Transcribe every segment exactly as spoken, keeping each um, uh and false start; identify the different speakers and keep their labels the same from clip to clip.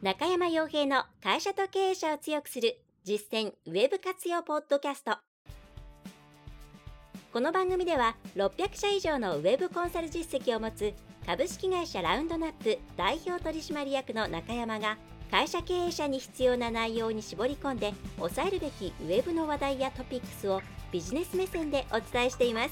Speaker 1: 中山洋平の会社と経営者を強くする実践ウェブ活用ポッドキャスト。この番組ではろっぴゃくしゃ以上のウェブコンサル実績を持つ株式会社ラウンドナップ代表取締役の中山が会社経営者に必要な内容に絞り込んで抑えるべきウェブの話題やトピックスをビジネス目線でお伝えしています。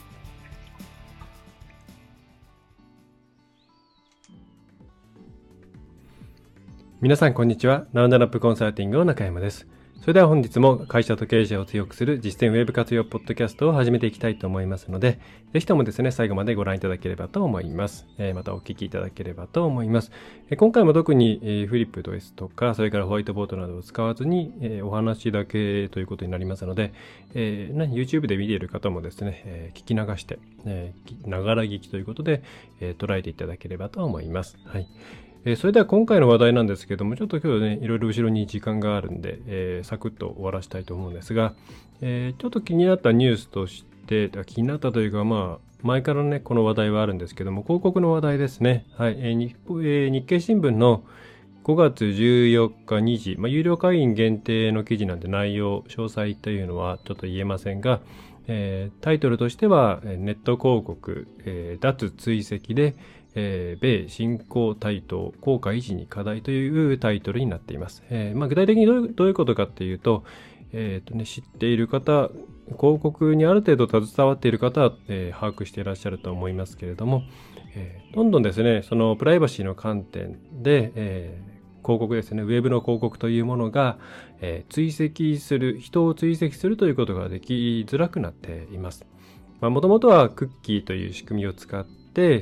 Speaker 2: 皆さんこんにちは。ラウンドナップコンサルティングの中山です。それでは本日も会社と経営者を強くする実践ウェブ活用ポッドキャストを始めていきたいと思いますので、ぜひともですね、最後までご覧いただければと思います。えー、またお聞きいただければと思います。えー、今回も特に、えー、フリップですとか、それからホワイトボードなどを使わずに、えー、お話だけということになりますので、えーね、YouTube で見ている方もですね、えー、聞き流して、えー、ながら聞きということで、えー、捉えていただければと思います。はい。えー、それでは今回の話題なんですけども、ちょっと今日ね、いろいろ後ろに時間があるんで、えー、サクッと終わらせたいと思うんですが、えー、ちょっと気になったニュースとして、気になったというか、まあ、前からね、この話題はあるんですけども、広告の話題ですね。はい。えー日えー、日経新聞のごがつじゅうよっかにじ、まあ、有料会員限定の記事なんで内容、詳細というのはちょっと言えませんが、えー、タイトルとしては、ネット広告、えー、脱追跡で、えー、米新興台頭効果維持に課題というタイトルになっています。えーまあ、具体的にどういう、どういうことかっていうと、えーとね、知っている方、広告にある程度携わっている方は、えー、把握していらっしゃると思いますけれども、えー、どんどんですね、そのプライバシーの観点で、えー広告ですね、ウェブの広告というものが、えー、追跡する、人を追跡するということができづらくなっています。もともとはクッキーという仕組みを使って、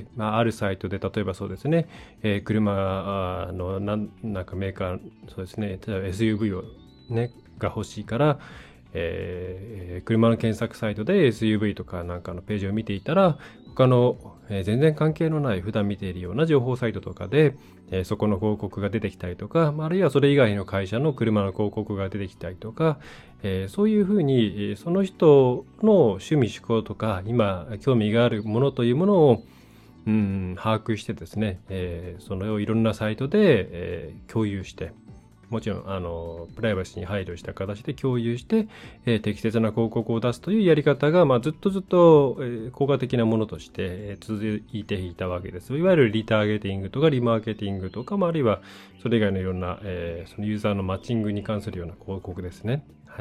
Speaker 2: まあ、あるサイトで、例えばそうですね、えー、車のなん、なんかメーカー、そうですね、例えば エスユーブイ をね、が欲しいから、えー、車の検索サイトで エスユーブイ とかなんかのページを見ていたら、他の、えー、全然関係のない普段見ているような情報サイトとかで、えー、そこの広告が出てきたりとか、あるいはそれ以外の会社の車の広告が出てきたりとか、えー、そういうふうにその人の趣味嗜好とか今興味があるものというものを、うん、把握してですね、えー、それをいろんなサイトで、えー、共有して、もちろんあのプライバシーに配慮した形で共有して、えー、適切な広告を出すというやり方が、まあ、ずっとずっと、えー、効果的なものとして、えー、続いていたわけです。いわゆるリターゲティングとかリマーケティングとか、まあ、あるいはそれ以外のいろんな、えー、そのユーザーのマッチングに関するような広告ですね。はい。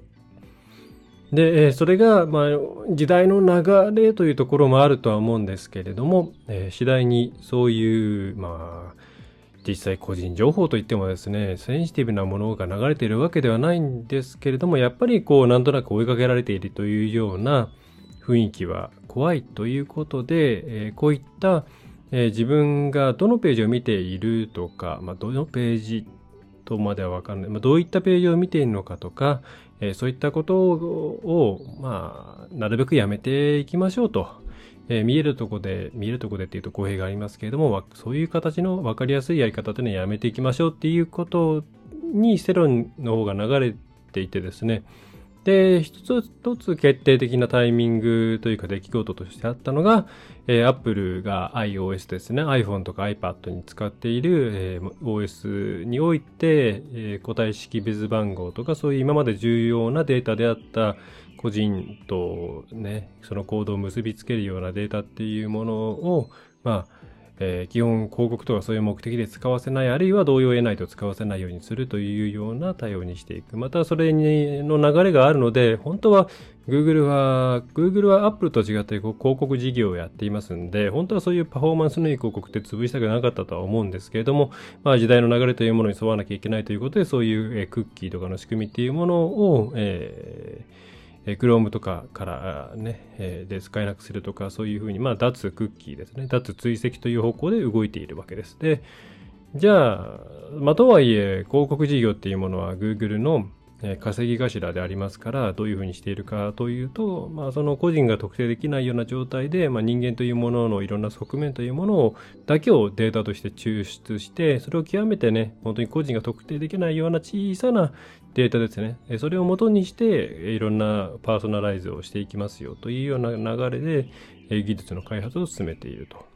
Speaker 2: で、それが、まあ、時代の流れというところもあるとは思うんですけれども、えー、次第にそういう、まあ、実際個人情報といってもですね、センシティブなものが流れているわけではないんですけれども、やっぱりこう、なんとなく追いかけられているというような雰囲気は怖いということで、えー、こういった、えー、自分がどのページを見ているとか、まあ、どのページとまでは分かんない、まあ、どういったページを見ているのかとか、えー、そういったことを、まあ、なるべくやめていきましょうと。えー、見えるとこで、見えるとこでっていうと公平がありますけれども、そういう形の分かりやすいやり方というのはやめていきましょうっていうことに世論の方が流れていてですね。で、一つ一つ決定的なタイミングというか出来事としてあったのが、えー、Apple が iOS ですね、iPhone とか iPad に使っている、えー、オーエス において、えー、個体識別番号とかそういう今まで重要なデータであった個人とね、その行動を結びつけるようなデータっていうものを、まあ、えー、基本広告とかそういう目的で使わせない、あるいは同意を得ないと使わせないようにするというような対応にしていく。またそれにの流れがあるので、本当は Google は、Google は Apple と違って広告事業をやっていますんで、本当はそういうパフォーマンスのいい広告って潰したくなかったとは思うんですけれども、まあ時代の流れというものに沿わなきゃいけないということで、そういう、えー、クッキーとかの仕組みっていうものを、えーChrome とかからね、えー、で使えなくするとか、そういうふうに、まあ、脱クッキーですね。脱追跡という方向で動いているわけです。で、じゃあ、まあ、とはいえ、広告事業っていうものは Google の稼ぎ頭でありますから、どういうふうにしているかというと、まあ、その個人が特定できないような状態で、まあ、人間というもののいろんな側面というものをだけをデータとして抽出して、それを極めてね、本当に個人が特定できないような小さなデータですね。それを元にして、いろんなパーソナライズをしていきますよというような流れで、技術の開発を進めていると。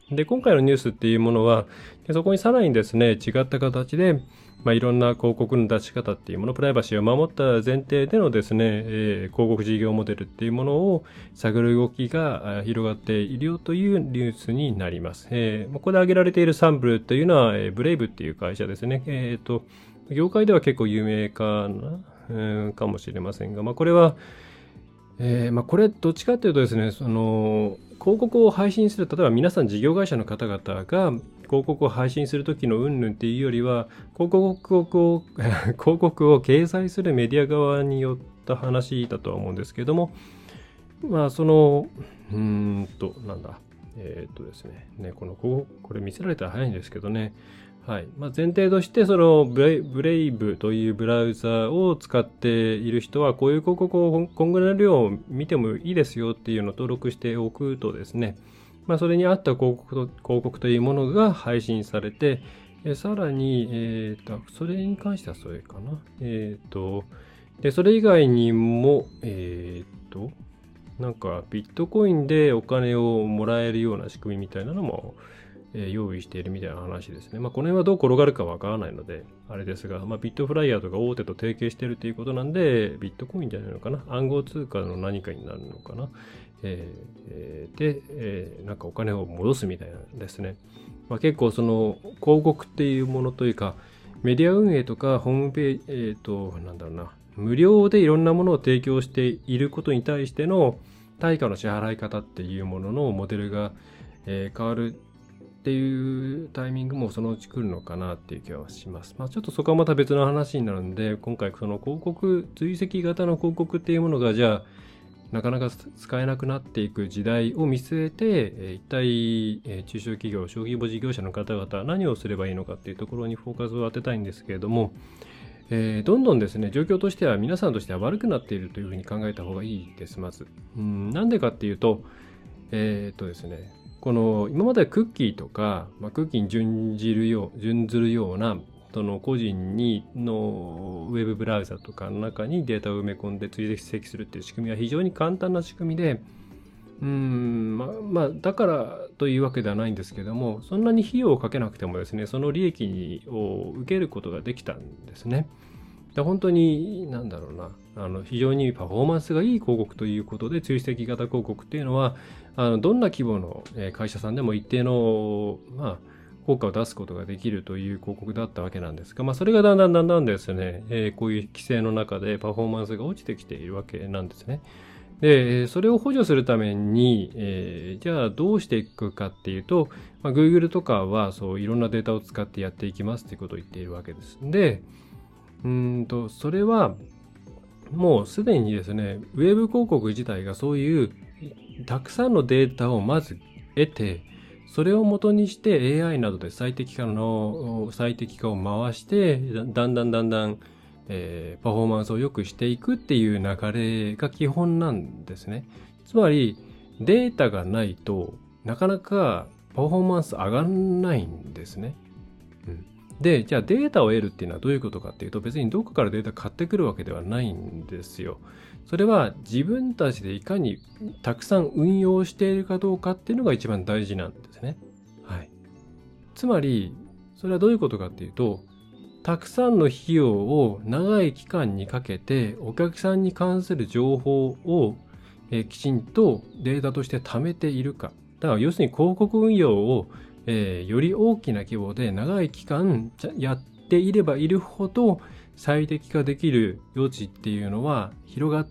Speaker 2: で、今回のニュースっていうものは、そこにさらにですね、違った形で、まあ、いろんな広告の出し方っていうもの、プライバシーを守った前提でのですね、えー、広告事業モデルっていうものを探る動きが広がっているよというニュースになります。えー、ここで挙げられているサンブルというのは、えー、ブレイブっていう会社ですね。えっと、業界では結構有名かな、うん、かもしれませんが、まあ、これは、えーまあ、これどっちかというとですね、その広告を配信する、例えば皆さん事業会社の方々が広告を配信する時の云々っていうよりは、広告を広告を掲載するメディア側によった話だとは思うんですけども、まあそのうーんとなんだえー、っとですねねこのこれ見せられたら早いんですけどね。はい。まあ、前提として、そのブレイ、ブレイブというブラウザを使っている人は、こういう広告をこんぐらいの量を見てもいいですよっていうのを登録しておくとですね、まあ、それに合った広告と、広告というものが配信されて、えさらに、えっと、それに関してはそれかな。えっと、で、それ以外にも、えっと、なんかビットコインでお金をもらえるような仕組みみたいなのも、用意しているみたいな話ですね。まあ、この辺はどう転がるかわからないので、あれですが、まあ、ビットフライヤーとか大手と提携しているということなんで、ビットコインじゃないのかな、暗号通貨の何かになるのかな。えー、で、えー、なんかお金を戻すみたいなんですね。まあ、結構その広告っていうものというか、メディア運営とかホームページ、えーと、なんだろうな、無料でいろんなものを提供していることに対しての対価の支払い方っていうもののモデルが、えー、変わるっていうタイミングもそのうち来るのかなっていう気はします。まあ、ちょっとそこはまた別の話になるんで、今回その広告、追跡型の広告っていうものがじゃあなかなか使えなくなっていく時代を見据えて、一体中小企業、小規模事業者の方々は何をすればいいのかっていうところにフォーカスを当てたいんですけれども、えー、どんどんですね、状況としては皆さんとしては悪くなっているというふうに考えた方がいいです、まず。うん、なんでかっていうと、えー、っとですね、この今まではクッキーとか、まあ、クッキーに準じるよう、準ずるような、その個人にのウェブブラウザとかの中にデータを埋め込んで追跡するっていう仕組みは非常に簡単な仕組みで、うーん、まあ、まあ、だからというわけではないんですけども、そんなに費用をかけなくてもですね、その利益を受けることができたんですね。で本当に、なんだろうな、あの非常にパフォーマンスがいい広告ということで、追跡型広告っていうのは、あのどんな規模の会社さんでも一定の、まあ、効果を出すことができるという広告だったわけなんですが、まあ、それがだんだんだんだんですね、えー、こういう規制の中でパフォーマンスが落ちてきているわけなんですね。で、それを補助するために、えー、じゃあどうしていくかっていうと、まあ、Google とかはそういろんなデータを使ってやっていきますということを言っているわけです。で、うーんと、それはもうすでにですね、ウェブ広告自体がそういうたくさんのデータをまず得て、それを元にして エーアイ などで最適化の最適化を回して、だんだんだんだん、えー、パフォーマンスを良くしていくっていう流れが基本なんですね。つまりデータがないとなかなかパフォーマンス上がらないんですね。うん、で、じゃあデータを得るっていうのはどういうことかっていうと、別にどこからデータ買ってくるわけではないんですよ。それは自分たちでいかにたくさん運用しているかどうかっていうのが一番大事なんですね。はい。つまり、それはどういうことかっていうと、たくさんの費用を長い期間にかけてお客さんに関する情報をえきちんとデータとして貯めているか。だから要するに広告運用をえー、より大きな規模で長い期間やっていればいるほど最適化できる余地っていうのは広がって、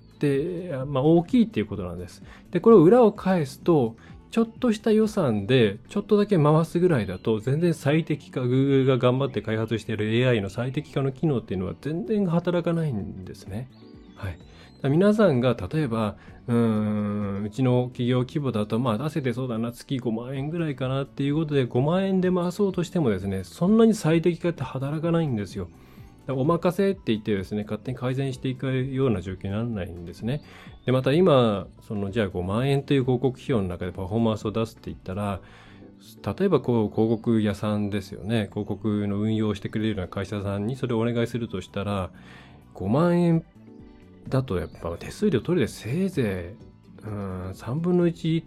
Speaker 2: まあ、大きいっていうことなんです。で、これを裏を返すと、ちょっとした予算でちょっとだけ回すぐらいだと全然最適化、Google が頑張って開発している エーアイ の最適化の機能っていうのは全然働かないんですね。はい。皆さんが例えばうーんうちの企業規模だとまあ出せてそうだな、月ごまんえんぐらいかなっていうことでごまんえんで回そうとしてもですね、そんなに最適化って働かないんですよ。お任せって言ってですね、勝手に改善していくような状況にならないんですね。でまた今そのじゃあごまんえんという広告費用の中でパフォーマンスを出すって言ったら、例えばこう広告屋さんですよね、広告の運用をしてくれるような会社さんにそれをお願いするとしたら、ごまんえんだとやっぱ手数料取りでせいぜいうんさんぶんのいち取っ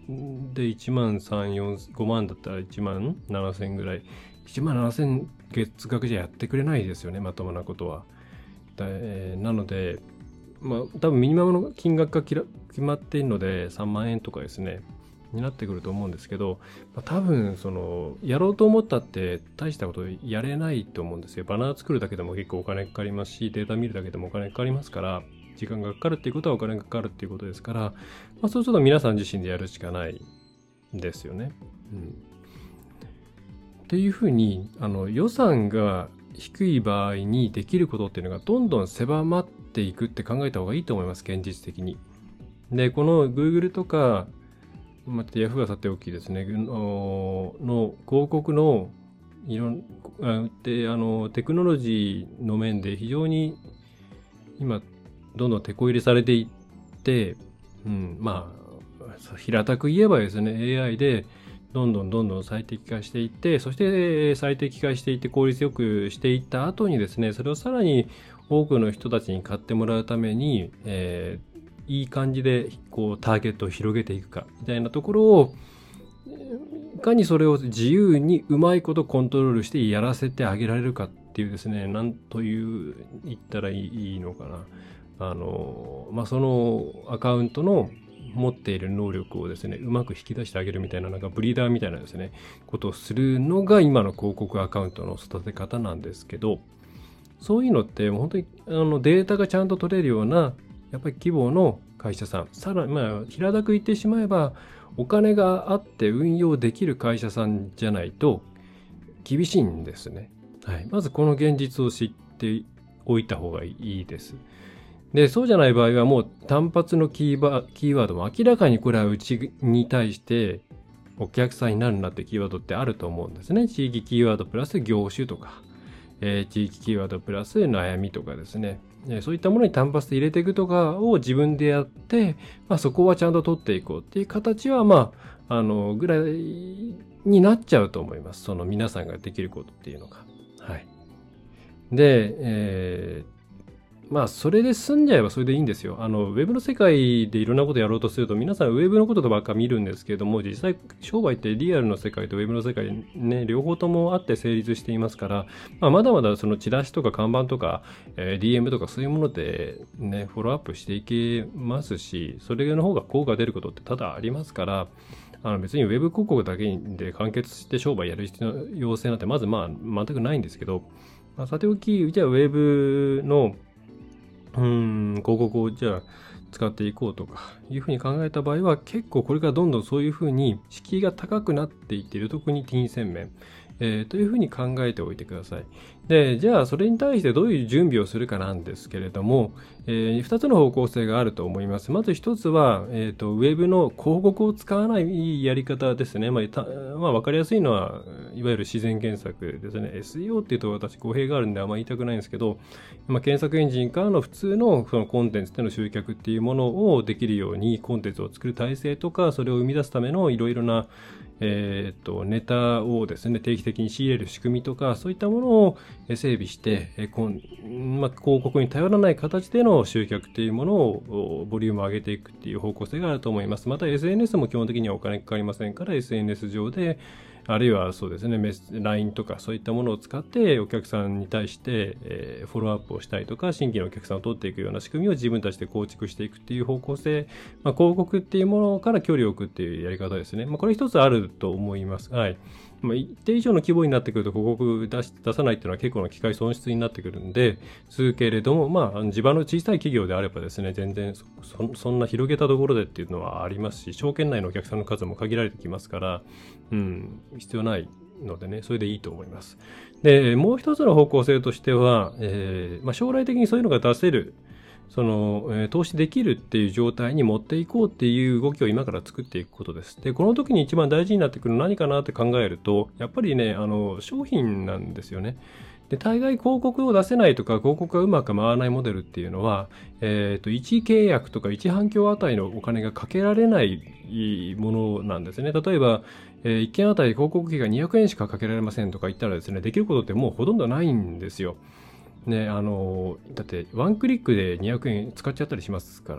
Speaker 2: でいちまんさん、よん、ごまんだったらいちまんななせんぐらい。いちまんななせん月額じゃやってくれないですよね、まともなことは。だえー、なので、まあ多分ミニマムの金額がきら決まっているのでさんまんえんとかですね、になってくると思うんですけど、まあ、多分そのやろうと思ったって大したことやれないと思うんですよ。バナー作るだけでも結構お金かかりますし、データ見るだけでもお金かかりますから、時間がかかるっていうことはお金がかかるっていうことですから、まあ、そうすると皆さん自身でやるしかないんですよね。うん、っていうふうにあの予算が低い場合にできることっていうのがどんどん狭まっていくって考えた方がいいと思います、現実的に。で、この Google とかまた Yahoo はさておきですね、の, の広告のいろんあであのテクノロジーの面で非常に今どんどん手こ入れされていって、うん、まあ平たく言えばですね、 エーアイ でどんどんどんどん最適化していって、そして最適化していって効率よくしていった後にですね、それをさらに多くの人たちに買ってもらうために、えーいい感じでこうターゲットを広げていくかみたいなところを、いかにそれを自由にうまいことコントロールしてやらせてあげられるかっていうですね、なんという言ったらいいのかな、あのまあそのアカウントの持っている能力をですね、うまく引き出してあげるみたいな、なんかブリーダーみたいなですねことをするのが今の広告アカウントの育て方なんですけど、そういうのって本当にあのデータがちゃんと取れるようなやっぱり規模の会社さん、さらにまあ平たく言ってしまえばお金があって運用できる会社さんじゃないと厳しいんですね。はい、まずこの現実を知っておいた方がいいです。で、そうじゃない場合はもう単発のキーバキーワードも明らかにこれはうちに対してお客さんになるなってキーワードってあると思うんですね。地域キーワードプラス業種とか、えー、地域キーワードプラス悩みとかですね。そういったものに単発で入れていくとかを自分でやって、まあ、そこはちゃんと取っていこうっていう形は、まあ、あの、ぐらいになっちゃうと思います。その皆さんができることっていうのが。はい。で、えー、まあ、それで済んじゃえばそれでいいんですよ。あの、ウェブの世界でいろんなことやろうとすると、皆さんウェブのことばっか見るんですけれども、実際、商売ってリアルの世界とウェブの世界ね、両方ともあって成立していますから、まあ、まだまだそのチラシとか看板とか、えー、ディーエム とかそういうものでね、フォローアップしていけますし、それの方が効果が出ることって多々ありますから、あの別にウェブ広告だけで完結して商売やる必要性なんてまずまあ全くないんですけど、まあ、さておき、じゃあウェブのうーん広告をじゃあ使っていこうとかいうふうに考えた場合は、結構これからどんどんそういうふうに敷居が高くなっていっている、特に金銭面、えー、というふうに考えておいてください。で、じゃあそれに対してどういう準備をするかなんですけれども、えー、ふたつの方向性があると思います。まずひとつは、えーと、ウェブの広告を使わないやり方ですね。まあ、たまあ、分かりやすいのは、いわゆる自然検索ですね。エスイーオー っていうと私語弊があるんであんまり言いたくないんですけど、まあ、検索エンジンからの普通のそのコンテンツでの集客っていうものをできるようにコンテンツを作る体制とか、それを生み出すためのいろいろなえー、とネタをですね定期的に仕入れる仕組みとか、そういったものを整備して、えこんまあ、広告に頼らない形での集客っていうものをボリュームを上げていくっていう方向性があると思います。また エスエヌエス も基本的にはお金かかりませんから、 エスエヌエス 上であるいはそうですね、ライン とかそういったものを使ってお客さんに対して、えー、フォローアップをしたりとか、新規のお客さんを取っていくような仕組みを自分たちで構築していくっていう方向性、まあ、広告っていうものから距離を置くっていうやり方ですね。まあ、これ一つあると思います。はい。まあ、一定以上の規模になってくると広告出し出さないっていうのは結構な機会損失になってくるんでするけれども、まあ、地場の小さい企業であればですね、全然 そ, そんな広げたところでっていうのはありますし、証券内のお客さんの数も限られてきますから、うん、必要ないのでね、それでいいと思います。で、もう一つの方向性としては、えーまあ、将来的にそういうのが出せる、その、えー、投資できるっていう状態に持っていこうっていう動きを今から作っていくことです。で、この時に一番大事になってくる何かなって考えると、やっぱりね、あの、商品なんですよね。で、大概広告を出せないとか、広告がうまく回らないモデルっていうのは、えっと、いち契約とかいち反響あたりのお金がかけられないものなんですね。例えば、えー、いっけんあたり広告費がにひゃくえんしかかけられませんとか言ったらですね、できることってもうほとんどないんですよ。ね、あの、だってワンクリックでにひゃくえん使っちゃったりしますからね。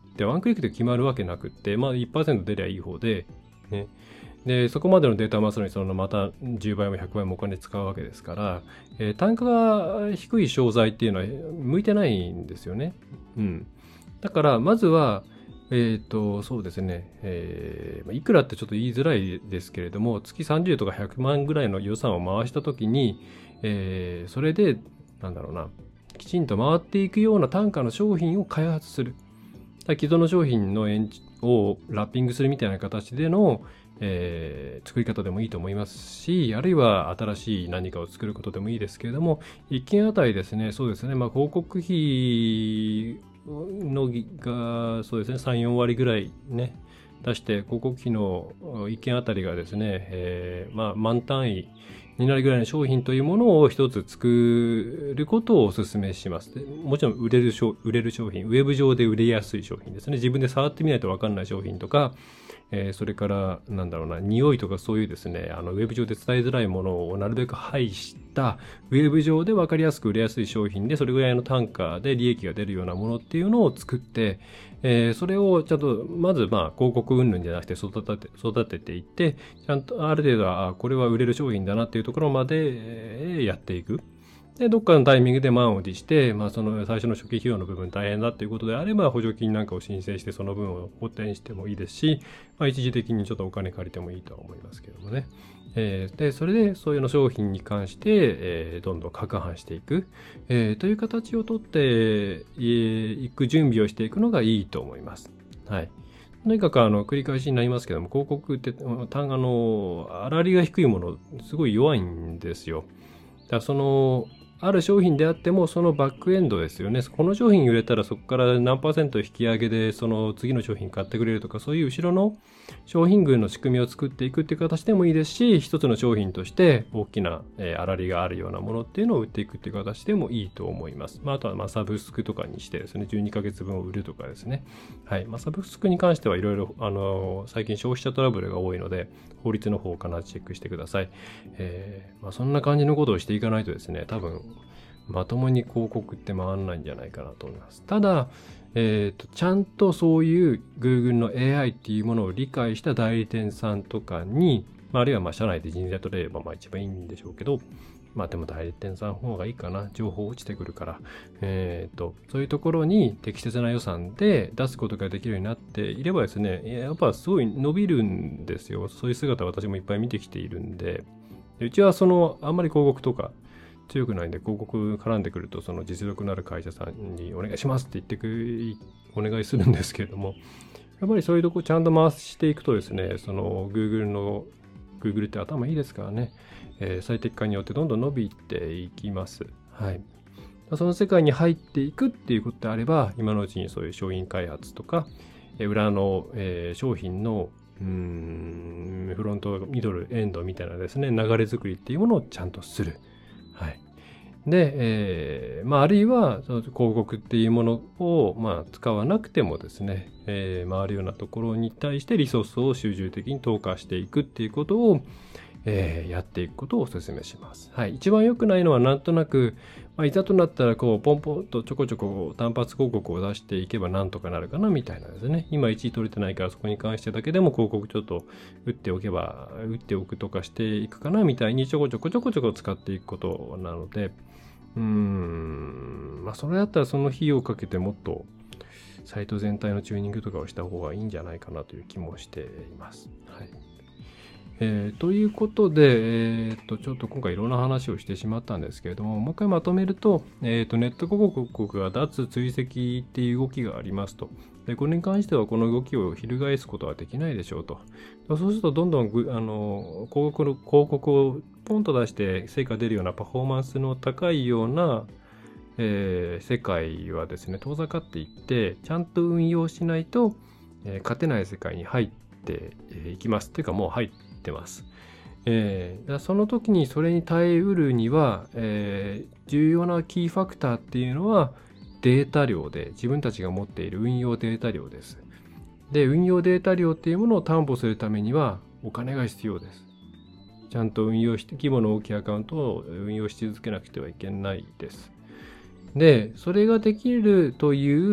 Speaker 2: でワンクリックで決まるわけなくって、まあ、いちパーセント 出りゃいい方で、ね、でそこまでのデータマスにそのまたじゅうばいもひゃくばいもお金使うわけですから、えー、単価が低い商材っていうのは向いてないんですよね。うん、だからまずはえっとそうですね、えー、いくらってちょっと言いづらいですけれども、月さんじゅうとかひゃくまんぐらいの予算を回したときに、えー、それでなんだろうな、きちんと回っていくような単価の商品を開発する。既存の商品の延をラッピングするみたいな形での、えー、作り方でもいいと思いますし、あるいは新しい何かを作ることでもいいですけれども、一件あたりですね、そうですね、まあ広告費のがそうですねさん、よんわりぐらいね出して、広告費の一件あたりがですね、えー、まあ満単位になるぐらいの商品というものを一つ作ることをお勧めします。でもちろん売れる商、売れる商品、ウェブ上で売れやすい商品ですね。自分で触ってみないと分かんない商品とか、えー、それからなんだろうな、匂いとかそういうですね、あのウェブ上で伝えづらいものをなるべく排したウェブ上で分かりやすく売れやすい商品で、それぐらいの単価で利益が出るようなものっていうのを作って、えー、それをちゃんとまずまあ広告云々じゃなくて育てて育てていって、ちゃんとある程度はこれは売れる商品だなっていうところまでやっていく。でどっかのタイミングで満を持して、まあ、その最初の初期費用の部分大変だということであれば補助金なんかを申請してその分を補填してもいいですし、まあ、一時的にちょっとお金借りてもいいとは思いますけどもね。えー、でそれでそういうの商品に関して、えー、どんどん拡販していく、えー、という形をとっていく準備をしていくのがいいと思います。はい。とにかくあの繰り返しになりますけども、広告って単あの粗利が低いものすごい弱いんですよ。だからそのある商品であってもそのバックエンドですよね。この商品売れたらそこから何パーセント引き上げでその次の商品買ってくれるとか、そういう後ろの商品群の仕組みを作っていくっていう形でもいいですし、一つの商品として大きな粗利があるようなものっていうのを売っていくっていう形でもいいと思います。まあ、あとはまあサブスクとかにしてですね、じゅうにかげつぶんを売るとかですね。はい。まあ、サブスクに関してはいろいろあの最近消費者トラブルが多いので、法律の方を必ずチェックしてください。えーまあ、そんな感じのことをしていかないとですね、多分まともに広告って回らないんじゃないかなと思います。ただ、えーと、ちゃんとそういう Google の エーアイ っていうものを理解した代理店さんとかに、まあ、あるいはまあ社内で人材取れればまあ一番いいんでしょうけど、まあでも代理店さんの方がいいかな。情報落ちてくるから。えーと、そういうところに適切な予算で出すことができるようになっていればですね、やっぱすごい伸びるんですよ。そういう姿を私もいっぱい見てきているんで、でうちはその、あんまり広告とか強くないんで、広告絡んでくると、その実力のある会社さんにお願いしますって言ってく、お願いするんですけれども、やっぱりそういうとこちゃんと回していくとですね、その Google の、Google って頭いいですからね、えー、最適化によってどんどん伸びていきます。はい。その世界に入っていくっていうことであれば、今のうちにそういう商品開発とか、えー、裏の、えー、商品のうーんフロント、ミドル、エンドみたいなですね、流れ作りっていうものをちゃんとする。はい。で、えー、まあ、あるいは、その広告っていうものを、まあ、使わなくてもですね、えー、回るようなところに対してリソースを集中的に投下していくっていうことを、えー、やっていくことをお勧めします。はい。一番良くないのはなんとなく、まあ、いざとなったらこうポンポンとちょこちょこ単発広告を出していけばなんとかなるかなみたいなですね。今いちい取れてないからそこに関してだけでも広告ちょっと打っておけば、打っておくとかしていくかなみたいにちょこちょこちょこちょこ使っていくことなので、うーん、まあそれだったらその費用をかけてもっとサイト全体のチューニングとかをした方がいいんじゃないかなという気もしています。はい。えー、ということで、えー、とちょっと今回いろんな話をしてしまったんですけれども、もう一回まとめると、えー、とネット広告が脱追跡っていう動きがありますと。でこれに関してはこの動きを翻すことはできないでしょうと。そうするとどんどんあの広告の広告をポンと出して成果出るようなパフォーマンスの高いような、えー、世界はですね遠ざかっていって、ちゃんと運用しないと、えー、勝てない世界に入っていきます。っていうかもう入ってってます。えー、だその時にそれに耐えうるには、えー、重要なキーファクターっていうのはデータ量で、自分たちが持っている運用データ量です。で、運用データ量っていうものを担保するためにはお金が必要です。ちゃんと運用して、規模の大きいアカウントを運用し続けなくてはいけないです。で、それができるという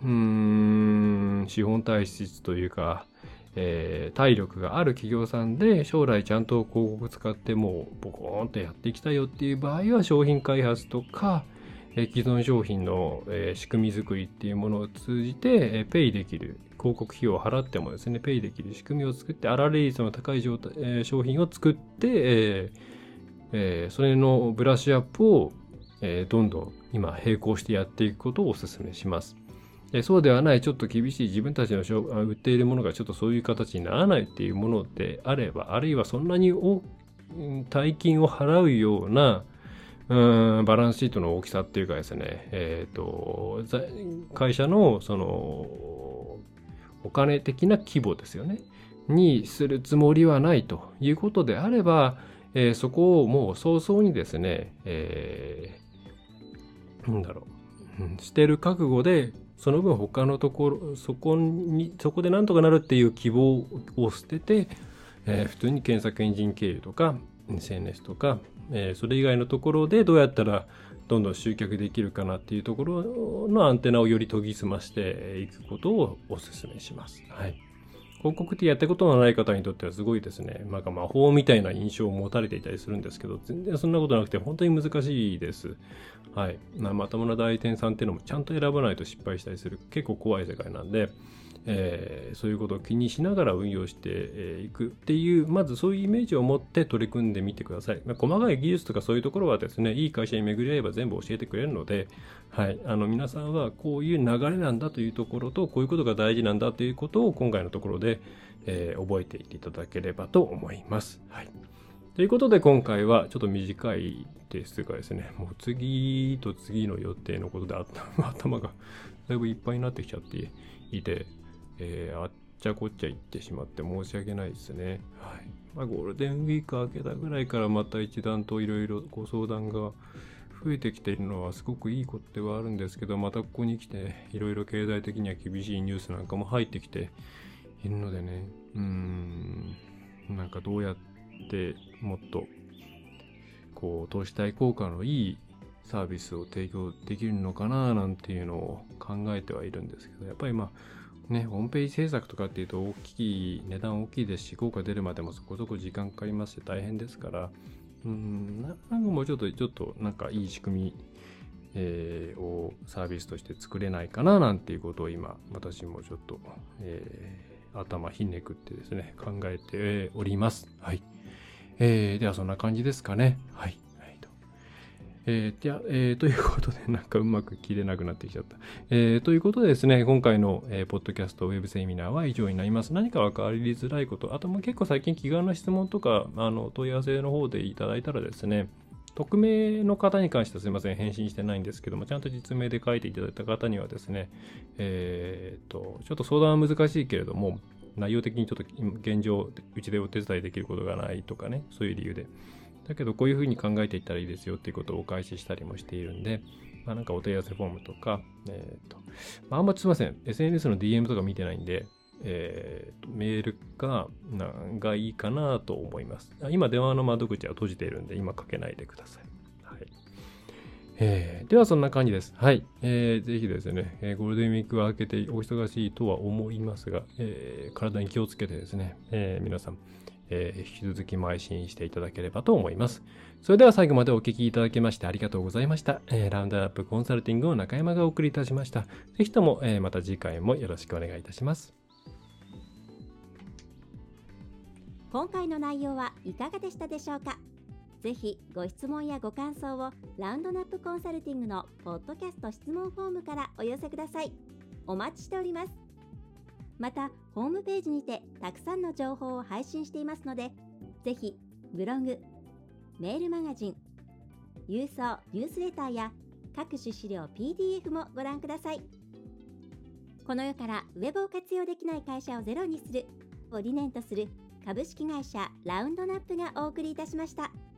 Speaker 2: うーん資本体質というか、えー、体力がある企業さんで将来ちゃんと広告使ってもうボコーンとやっていきたいよっていう場合は商品開発とか、えー、既存商品の、えー、仕組み作りっていうものを通じて、えー、ペイできる広告費用を払ってもですねペイできる仕組みを作って粗利率の高い状態、えー、商品を作って、えーえー、それのブラッシュアップを、えー、どんどん今並行してやっていくことをお勧めします。そうではないちょっと厳しい自分たちの売っているものがちょっとそういう形にならないっていうものであれば、あるいはそんなに大金を払うようなうーんバランスシートの大きさっていうかですね、えーと、会社のそのお金的な規模ですよねにするつもりはないということであれば、えー、そこをもう早々にですね、えー、なんだろう、してる覚悟でその分他のところそこにそこでなんとかなるっていう希望を捨てて、えー、普通に検索エンジン経由とか エスエヌエス とか、えー、それ以外のところでどうやったらどんどん集客できるかなっていうところのアンテナをより研ぎ澄ましていくことをお勧めします。はい。広告ってやったことのない方にとってはすごいですね、なんか魔法みたいな印象を持たれていたりするんですけど、全然そんなことなくて本当に難しいです。はい。まともな代理店さんっていうのもちゃんと選ばないと失敗したりする結構怖い世界なんで、えー、そういうことを気にしながら運用していくっていう、まずそういうイメージを持って取り組んでみてください。まあ、細かい技術とかそういうところはですね、いい会社に巡り合えば全部教えてくれるので、はい、あの皆さんはこういう流れなんだというところと、こういうことが大事なんだということを今回のところで、えー、覚えていっていただければと思います。はい。ということで今回はちょっと短いですがですね、もう次と次の予定のことで頭がだいぶいっぱいになってきちゃっていて、えー、あっちゃこっちゃ言ってしまって申し訳ないですね。はい。まあ、ゴールデンウィーク明けたぐらいからまた一段といろいろご相談が増えてきているのはすごくいいことではあるんですけど、またここに来ていろいろ経済的には厳しいニュースなんかも入ってきているのでね、うーん、なんかどうやってもっとこう投資対効果のいいサービスを提供できるのかななんていうのを考えてはいるんですけど、やっぱりまあね、ホームページ制作とかっていうと大きい値段大きいですし、効果出るまでもそこそこ時間かかりますし大変ですから、うーん、なんかもうちょっとちょっとなんかいい仕組み、えー、をサービスとして作れないかななんていうことを今私もちょっと、えー、頭ひねくってですね考えております。はい。えー、ではそんな感じですかね。はい。えー、いや、えー、ということで、なんかうまく切れなくなってきちゃった。えー、ということでですね、今回の、えー、ポッドキャストウェブセミナーは以上になります。何か分かりづらいこと、あとも結構最近気軽な質問とか、あの、問い合わせの方でいただいたらですね、匿名の方に関してはすいません、返信してないんですけども、ちゃんと実名で書いていただいた方にはですね、えー、と、ちょっと相談は難しいけれども、内容的にちょっと現状、うちでお手伝いできることがないとかね、そういう理由で。だけどこういうふうに考えていったらいいですよっていうことをお返ししたりもしているんで、まあ、なんかお問い合わせフォームとか、えっと、まあ、あんますいません、エスエヌエス の ディーエム とか見てないんで、えー、メールが、がいいかなと思います。今電話の窓口は閉じているんで、今かけないでください。はい。えー、ではそんな感じです。はい。えー、ぜひですね、えー、ゴールデンウィークは明けてお忙しいとは思いますが、えー、体に気をつけてですね、えー、皆さん、えー、引き続き邁進していただければと思います。それでは最後までお聞きいただきましてありがとうございました。えー、ラウンドアップコンサルティングを中山がお送りいたしました。ぜひとも、えー、また次回もよろしくお願いいたします。
Speaker 1: 今回の内容はいかがでしたでしょうか。ぜひご質問やご感想をラウンドナップコンサルティングのポッドキャスト質問フォームからお寄せください。お待ちしております。またホームページにてたくさんの情報を配信していますので、ぜひブログ、メールマガジン、郵送ニュースレターや各種資料 ピーディーエフ もご覧ください。この世からウェブを活用できない会社をゼロにするを理念とする株式会社ラウンドナップがお送りいたしました。